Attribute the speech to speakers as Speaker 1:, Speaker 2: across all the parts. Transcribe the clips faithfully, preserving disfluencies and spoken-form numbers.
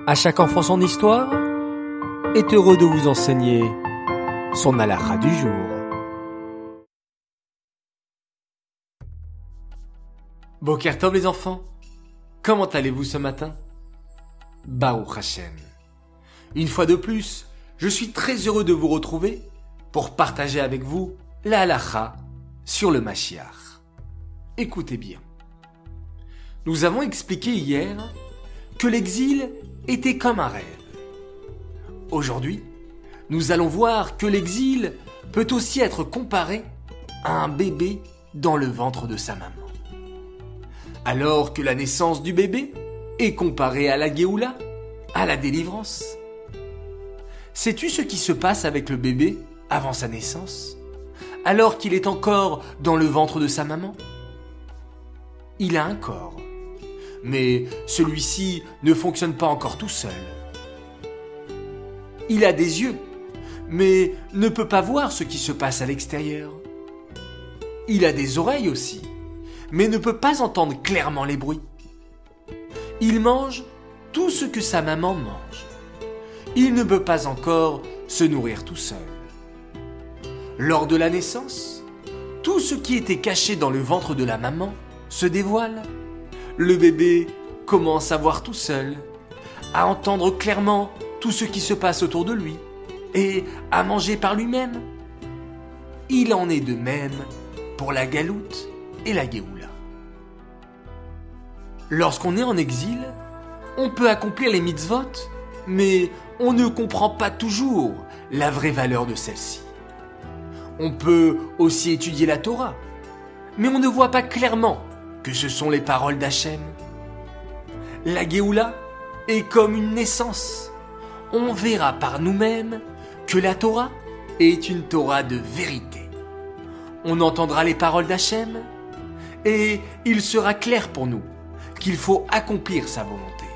Speaker 1: À chaque enfant son histoire est heureux de vous enseigner son halakha du jour.
Speaker 2: Boker Tov les enfants, comment allez-vous ce matin? Baruch Hashem. Une fois de plus, je suis très heureux de vous retrouver pour partager avec vous la halakha sur le Mashiach. Écoutez bien. Nous avons expliqué hier que l'exil était comme un rêve. Aujourd'hui, nous allons voir que l'exil peut aussi être comparé à un bébé dans le ventre de sa maman. Alors que la naissance du bébé est comparée à la Géoula, à la délivrance. Sais-tu ce qui se passe avec le bébé avant sa naissance, alors qu'il est encore dans le ventre de sa maman? Il a un corps, mais celui-ci ne fonctionne pas encore tout seul. Il a des yeux, mais ne peut pas voir ce qui se passe à l'extérieur. Il a des oreilles aussi, mais ne peut pas entendre clairement les bruits. Il mange tout ce que sa maman mange. Il ne peut pas encore se nourrir tout seul. Lors de la naissance, tout ce qui était caché dans le ventre de la maman se dévoile. Le bébé commence à voir tout seul, à entendre clairement tout ce qui se passe autour de lui et à manger par lui-même. Il en est de même pour la galoute et la Géoula. Lorsqu'on est en exil, on peut accomplir les mitzvot, mais on ne comprend pas toujours la vraie valeur de celle-ci. On peut aussi étudier la Torah, mais on ne voit pas clairement que ce sont les paroles d'Hachem. La Géoula est comme une naissance. On verra par nous-mêmes que la Torah est une Torah de vérité. On entendra les paroles d'Hachem et il sera clair pour nous qu'il faut accomplir sa volonté.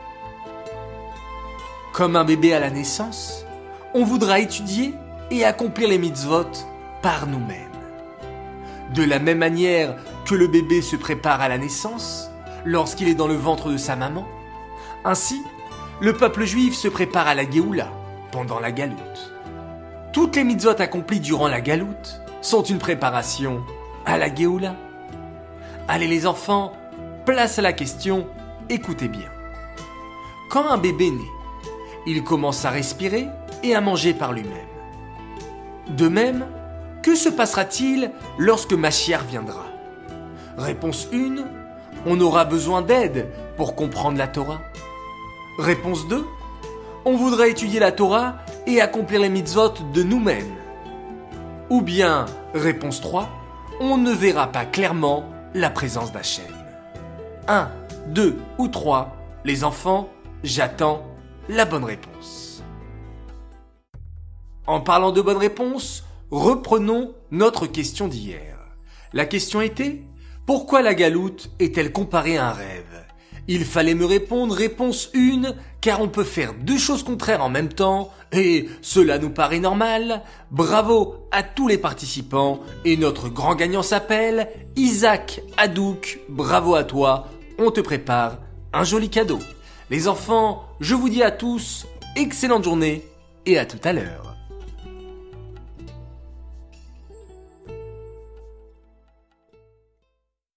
Speaker 2: Comme un bébé à la naissance, on voudra étudier et accomplir les mitzvot par nous-mêmes. De la même manière que le bébé se prépare à la naissance lorsqu'il est dans le ventre de sa maman, ainsi, le peuple juif se prépare à la Géoula pendant la galoute. Toutes les mitzvot accomplies durant la galoute sont une préparation à la Géoula. Allez les enfants, place à la question, écoutez bien. Quand un bébé naît, il commence à respirer et à manger par lui-même. De même, que se passera-t-il lorsque Mashiach viendra? Réponse un, on aura besoin d'aide pour comprendre la Torah. Réponse deux, on voudrait étudier la Torah et accomplir les mitzvot de nous-mêmes. Ou bien, réponse trois, on ne verra pas clairement la présence d'Hachem. un, deux ou trois, les enfants, j'attends la bonne réponse. En parlant de bonne réponse, reprenons notre question d'hier. La question était, pourquoi la galoute est-elle comparée à un rêve? Il fallait me répondre réponse un, car on peut faire deux choses contraires en même temps, et cela nous paraît normal. Bravo à tous les participants, et notre grand gagnant s'appelle Isaac Hadouk. Bravo à toi, on te prépare un joli cadeau. Les enfants, je vous dis à tous, excellente journée, et à tout à l'heure.